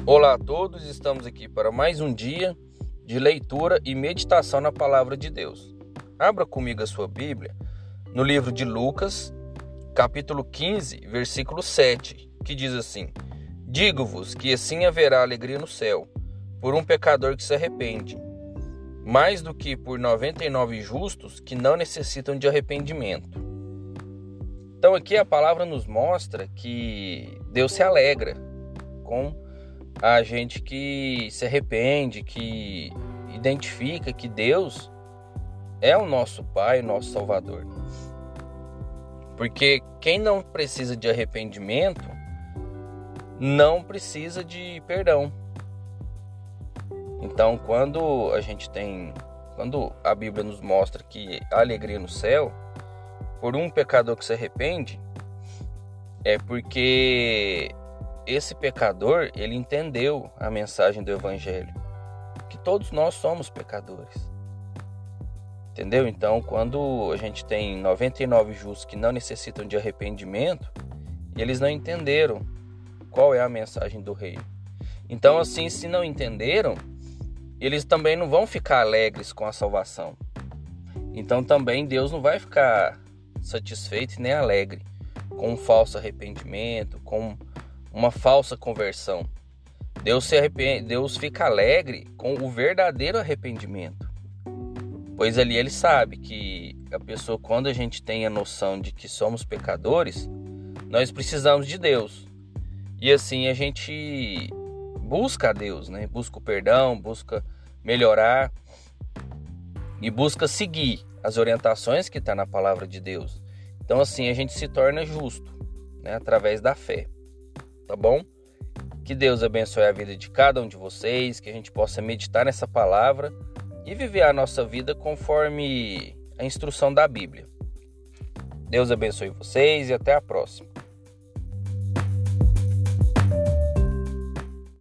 Olá a todos, estamos aqui para mais um dia de leitura e meditação na Palavra de Deus. Abra comigo a sua Bíblia no livro de Lucas, capítulo 15, versículo 7, que diz assim: Digo-vos que assim haverá alegria no céu, por um pecador que se arrepende, mais do que por 99 justos que não necessitam de arrependimento. Então aqui a palavra nos mostra que Deus se alegra com a gente que se arrepende, que identifica que Deus é o nosso Pai, o nosso Salvador. Porque quem não precisa de arrependimento não precisa de perdão. Então, quando a Bíblia nos mostra que há alegria no céu por um pecador que se arrepende, é porque esse pecador, ele entendeu a mensagem do Evangelho, que todos nós somos pecadores. Entendeu? Então, quando a gente tem 99 justos que não necessitam de arrependimento, eles não entenderam qual é a mensagem do reino. Então, assim, se não entenderam, eles também não vão ficar alegres com a salvação. Então, também Deus não vai ficar satisfeito nem alegre com um falso arrependimento, com uma falsa conversão. Deus fica alegre com o verdadeiro arrependimento. Pois ali ele sabe que a pessoa, quando a gente tem a noção de que somos pecadores, nós precisamos de Deus. E assim a gente busca a Deus, né? Busca o perdão, busca melhorar e busca seguir as orientações que está na palavra de Deus. Então assim a gente se torna justo, né? Através da fé. Tá bom? Que Deus abençoe a vida de cada um de vocês, que a gente possa meditar nessa palavra e viver a nossa vida conforme a instrução da Bíblia. Deus abençoe vocês e até a próxima.